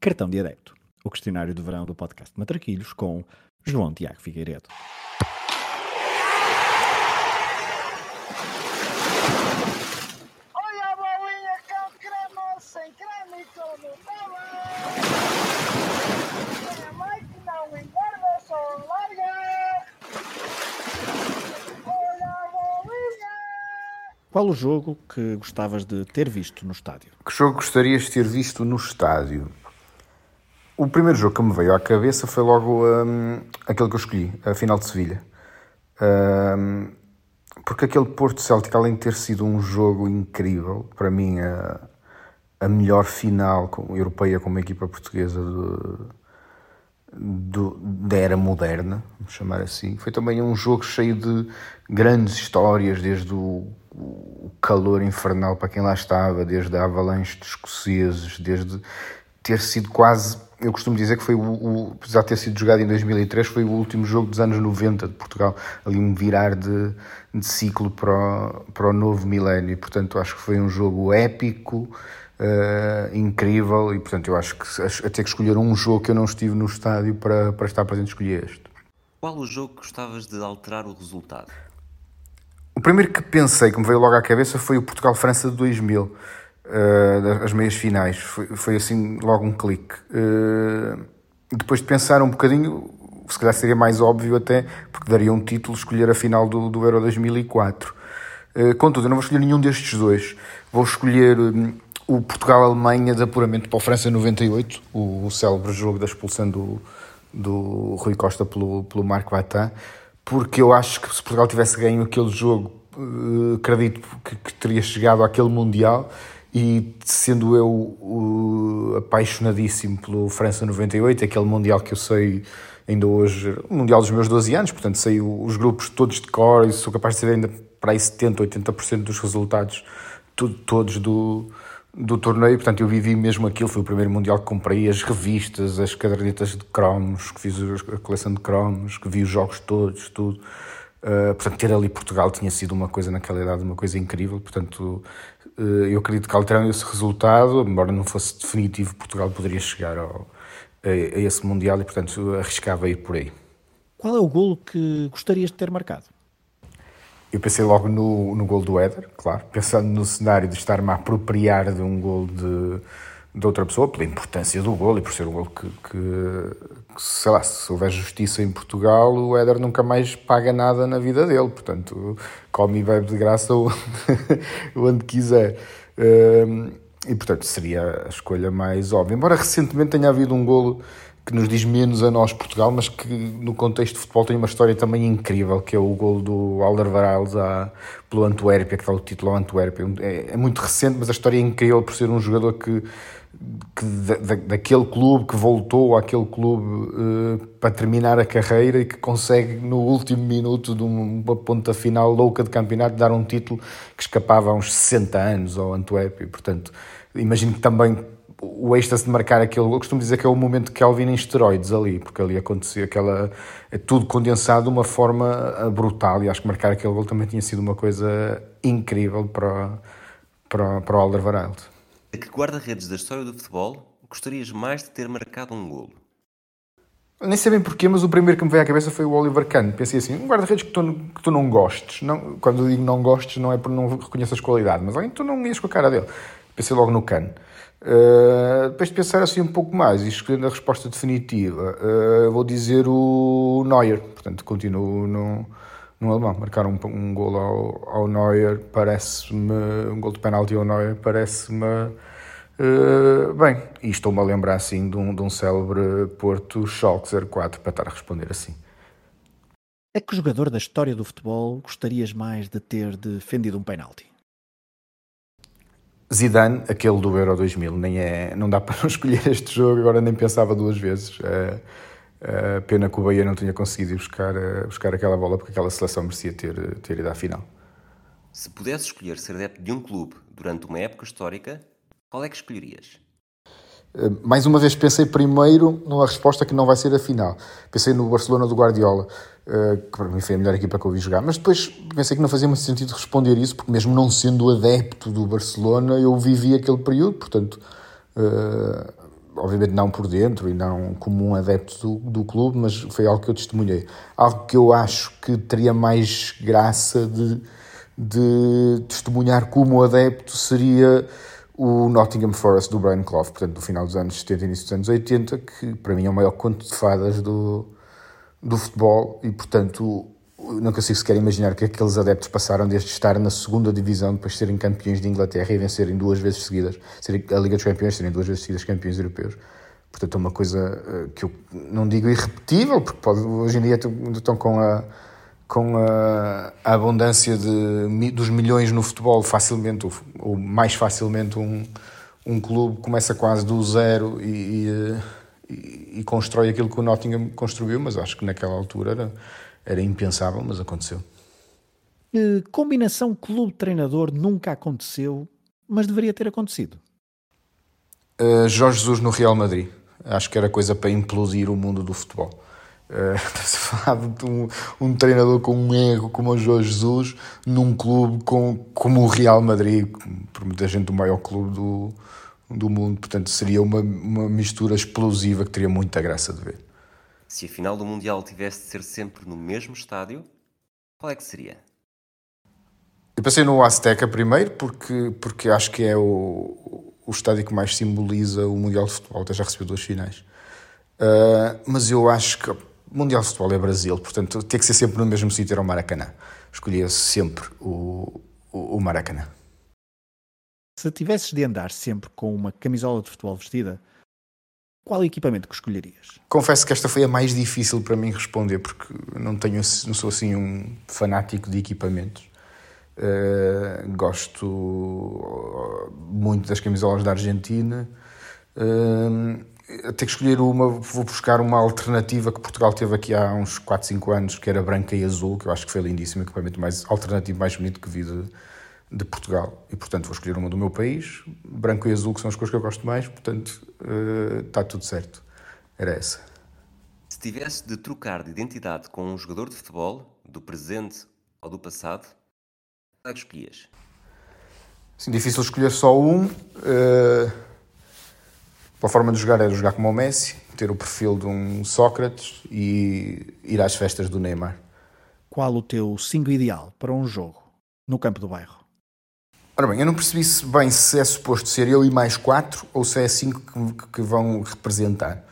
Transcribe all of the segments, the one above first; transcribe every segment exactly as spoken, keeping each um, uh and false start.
Cartão de Adepto, o questionário de verão do podcast Matraquilhos com João Tiago Figueiredo. Olha a bolinha com creme, sem creme e com Nutella. É mãe que não engorda, só larga. Olha a bolinha. Qual o jogo que gostavas de ter visto no estádio? Que jogo gostarias de ter visto no estádio? O primeiro jogo que me veio à cabeça foi logo um, aquele que eu escolhi, a final de Sevilha. Um, porque aquele Porto Celtic, além de ter sido um jogo incrível, para mim a, a melhor final europeia com uma equipa portuguesa do, do, da era moderna, vamos chamar assim, foi também um jogo cheio de grandes histórias, desde o, o calor infernal para quem lá estava, desde a avalanche de escoceses, desde ter sido quase, eu costumo dizer que foi, o, o, apesar de ter sido jogado em dois mil e três, foi o último jogo dos anos noventa de Portugal, ali um virar de, de ciclo para o, para o novo milénio, e portanto acho que foi um jogo épico, uh, incrível, e portanto eu acho que a ter que escolher um jogo que eu não estive no estádio para, para estar presente, escolhi este. Qual o jogo que gostavas de alterar o resultado? O primeiro que pensei, que me veio logo à cabeça, foi o Portugal-França de dois mil. Uh, as meias finais, foi, foi assim logo um clique. Uh, depois de pensar um bocadinho, se calhar seria mais óbvio até, porque daria um título escolher a final do, do Euro dois mil e quatro. Uh, contudo, eu não vou escolher nenhum destes dois. Vou escolher um, o Portugal-Alemanha de apuramento para o França noventa e oito, o, o célebre jogo da expulsão do, do Rui Costa pelo, pelo Marc Batin, porque eu acho que se Portugal tivesse ganho aquele jogo, uh, acredito que, que teria chegado àquele Mundial. E sendo eu uh, apaixonadíssimo pelo França noventa e oito, aquele Mundial que eu sei ainda hoje, o Mundial dos meus doze anos, portanto sei os grupos todos de cor e sou capaz de saber ainda para aí setenta, oitenta por cento dos resultados tudo, todos do, do torneio, portanto eu vivi mesmo aquilo, foi o primeiro Mundial que comprei as revistas, as cadernetas de cromos, que fiz a coleção de cromos, que vi os jogos todos, tudo. Uh, portanto, ter ali Portugal tinha sido uma coisa naquela idade, uma coisa incrível, portanto uh, eu acredito que alterando esse resultado, embora não fosse definitivo, Portugal poderia chegar ao, a, a esse Mundial e portanto arriscava ir por aí. Qual é o golo que gostarias de ter marcado? Eu pensei logo no, no golo do Éder, claro, pensando no cenário de estar-me a apropriar de um golo de, de outra pessoa, pela importância do golo e por ser um golo que, que, que, sei lá, se houver justiça em Portugal, o Éder nunca mais paga nada na vida dele, portanto, come e bebe de graça onde, onde quiser. E, portanto, seria a escolha mais óbvia. Embora recentemente tenha havido um golo que nos diz menos a nós, Portugal, mas que no contexto de futebol tem uma história também incrível, que é o golo do Alderweireld pelo Antuérpia, que dá o título ao Antuérpia. É, é muito recente, mas a história é incrível por ser um jogador que, que da, da, daquele clube, que voltou àquele clube uh, para terminar a carreira e que consegue no último minuto de uma ponta final louca de campeonato dar um título que escapava há uns sessenta anos ao Antuérpia. Portanto, imagino que também o êxtase de marcar aquele, eu costumo dizer que é o momento de Kelvin em esteroides ali, porque ali acontecia aquela, é tudo condensado de uma forma brutal, e acho que marcar aquele gol também tinha sido uma coisa incrível para, para, para o Alderweireld. A que guarda-redes da história do futebol gostarias mais de ter marcado um golo? Nem sei bem porquê, mas o primeiro que me veio à cabeça foi o Oliver Kahn. Pensei assim, um guarda-redes que tu, que tu não gostes, não, quando eu digo não gostes não é porque não reconheças qualidade, mas alguém que tu não ias com a cara dele. Pensei logo no Kahn. Uh, depois de pensar assim um pouco mais e escolhendo a resposta definitiva, uh, vou dizer o Neuer. Portanto, continuo no, no alemão. Marcar um, um golo ao, ao Neuer parece-me, um golo de penalti ao Neuer parece-me uh, bem. E estou-me a lembrar assim de um, de um célebre Porto Schalke zero quatro para estar a responder assim. A que jogador da história do futebol gostarias mais de ter defendido um penalti? Zidane, aquele do Euro dois mil, nem é, não dá para não escolher este jogo, agora nem pensava duas vezes. É, é, pena que o Bahia não tinha conseguido ir buscar, buscar aquela bola, porque aquela seleção merecia ter, ter ido à final. Se pudesse escolher ser adepto de um clube durante uma época histórica, qual é que escolherias? Mais uma vez pensei primeiro numa resposta que não vai ser a final. Pensei no Barcelona do Guardiola, que para mim foi a melhor equipa que eu vi jogar, mas depois pensei que não fazia muito sentido responder isso, porque mesmo não sendo adepto do Barcelona, eu vivi aquele período, portanto obviamente não por dentro e não como um adepto do, do clube, mas foi algo que eu testemunhei. Algo que eu acho que teria mais graça de, de testemunhar como adepto seria o Nottingham Forest do Brian Clough, portanto, no final dos anos setenta e início dos anos oitenta, que para mim é o maior conto de fadas do, do futebol e, portanto, não consigo sequer imaginar que aqueles adeptos passaram desde estar na segunda divisão, depois de serem campeões de Inglaterra e vencerem duas vezes seguidas, serem a Liga dos Campeões, serem duas vezes seguidas campeões europeus. Portanto, é uma coisa que eu não digo irrepetível, porque pode, hoje em dia estão com a, com a, a abundância de, dos milhões no futebol, facilmente, ou, ou mais facilmente, um, um clube começa quase do zero e, e, e constrói aquilo que o Nottingham construiu, mas acho que naquela altura era... Era impensável, mas aconteceu. Uh, combinação clube-treinador nunca aconteceu, mas deveria ter acontecido. Uh, Jorge Jesus no Real Madrid. Acho que era coisa para implodir o mundo do futebol. Uh, Estás a falar de um, um treinador com um ego como o Jorge Jesus num clube com, como o Real Madrid, por muita gente o maior clube do, do mundo. Portanto, seria uma, uma mistura explosiva que teria muita graça de ver. Se a final do Mundial tivesse de ser sempre no mesmo estádio, qual é que seria? Eu passei no Azteca primeiro, porque, porque acho que é o, o estádio que mais simboliza o Mundial de Futebol, até já recebeu duas finais. Uh, mas eu acho que o Mundial de Futebol é Brasil, portanto tem que ser sempre no mesmo sítio, era o Maracanã. Escolhia sempre o, o, o Maracanã. Se tivesses de andar sempre com uma camisola de futebol vestida, qual equipamento que escolherias? Confesso que esta foi a mais difícil para mim responder, porque não, tenho, não sou assim um fanático de equipamentos. Uh, gosto muito das camisolas da Argentina. Uh, até que escolher uma, vou buscar uma alternativa que Portugal teve aqui há uns quatro, cinco anos, que era branca e azul, que eu acho que foi lindíssimo, o equipamento mais alternativo, mais bonito que vi de, de Portugal. E, portanto, vou escolher uma do meu país. Branco e azul, que são as cores que eu gosto mais, portanto, uh, está tudo certo. Era essa. Se tivesse de trocar de identidade com um jogador de futebol, do presente ou do passado, qual é que escolhias? Sim, difícil escolher só um. Uh, a forma de jogar era jogar como o Messi, ter o perfil de um Sócrates e ir às festas do Neymar. Qual o teu cinco ideal para um jogo no campo do bairro? Ora bem, eu não percebi bem se é suposto ser eu e mais quatro ou se é cinco que, que vão representar.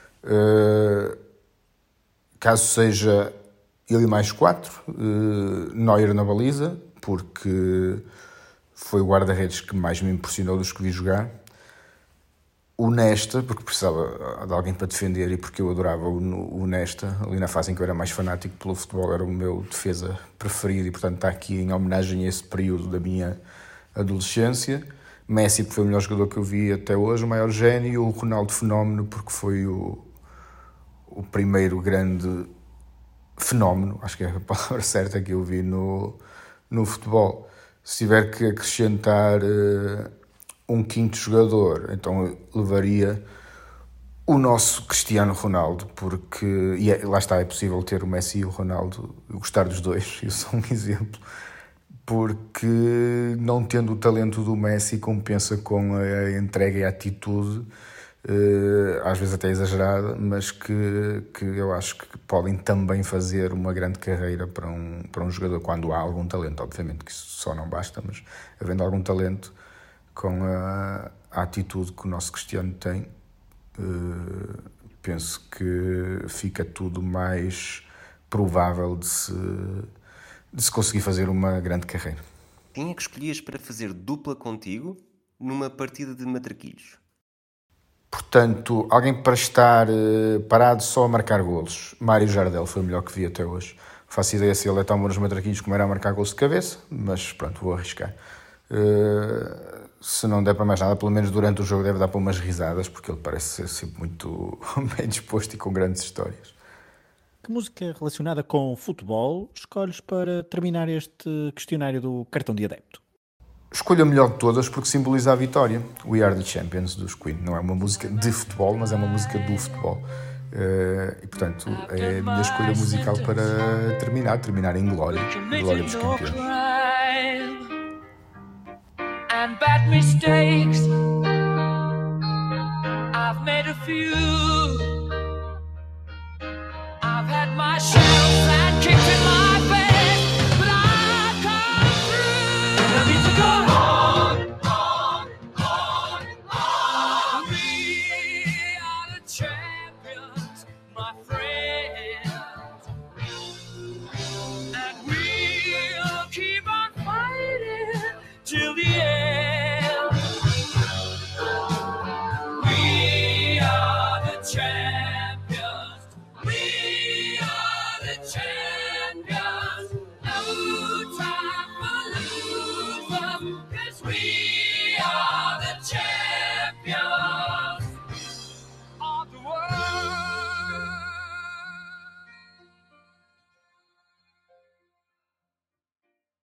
Uh, caso seja eu e mais quatro, uh, Neuer na baliza, porque foi o guarda-redes que mais me impressionou dos que vi jogar. O Nesta, porque precisava de alguém para defender e porque eu adorava o Nesta. Ali na fase em que eu era mais fanático pelo futebol, era o meu defesa preferido e, portanto, está aqui em homenagem a esse período da minha adolescência. Messi, porque foi o melhor jogador que eu vi até hoje, o maior gênio, e o Ronaldo Fenómeno, porque foi o, o primeiro grande fenómeno, acho que é a palavra certa, que eu vi no, no futebol. Se tiver que acrescentar uh, um quinto jogador, então eu levaria o nosso Cristiano Ronaldo, porque, e é, lá está, é possível ter o Messi e o Ronaldo, gostar dos dois, eu sou um exemplo, porque não tendo o talento do Messi compensa com a entrega e a atitude, às vezes até exagerada, mas que, que eu acho que podem também fazer uma grande carreira para um, para um jogador, quando há algum talento, obviamente que isso só não basta, mas havendo algum talento, com a, a atitude que o nosso Cristiano tem, penso que fica tudo mais provável de se... de se conseguir fazer uma grande carreira. Quem é que escolhias para fazer dupla contigo numa partida de matraquilhos? Portanto, alguém para estar uh, parado só a marcar golos. Mário Jardel foi o melhor que vi até hoje. Faço ideia se ele é tão bom nos matraquilhos como era a marcar golos de cabeça, mas pronto, vou arriscar. Uh, se não der para mais nada, pelo menos durante o jogo deve dar para umas risadas, porque ele parece ser sempre muito bem disposto e com grandes histórias. Que música relacionada com futebol escolhes para terminar este questionário do cartão de adepto? Escolho a melhor de todas porque simboliza a vitória. We Are The Champions, dos Queen. Não é uma música de futebol, mas é uma música do futebol. Uh, e, portanto, é a minha escolha musical para terminar. Terminar em glória. Glória dos campeões. And bad mistakes I've made a few. I've had my shells and kicked in my face, but I've come through. Let me to go on, on, on, on. We are the champions, my friends, and we'll keep on fighting till the end. We are the champions. We are the champions. No time for losers, 'cause we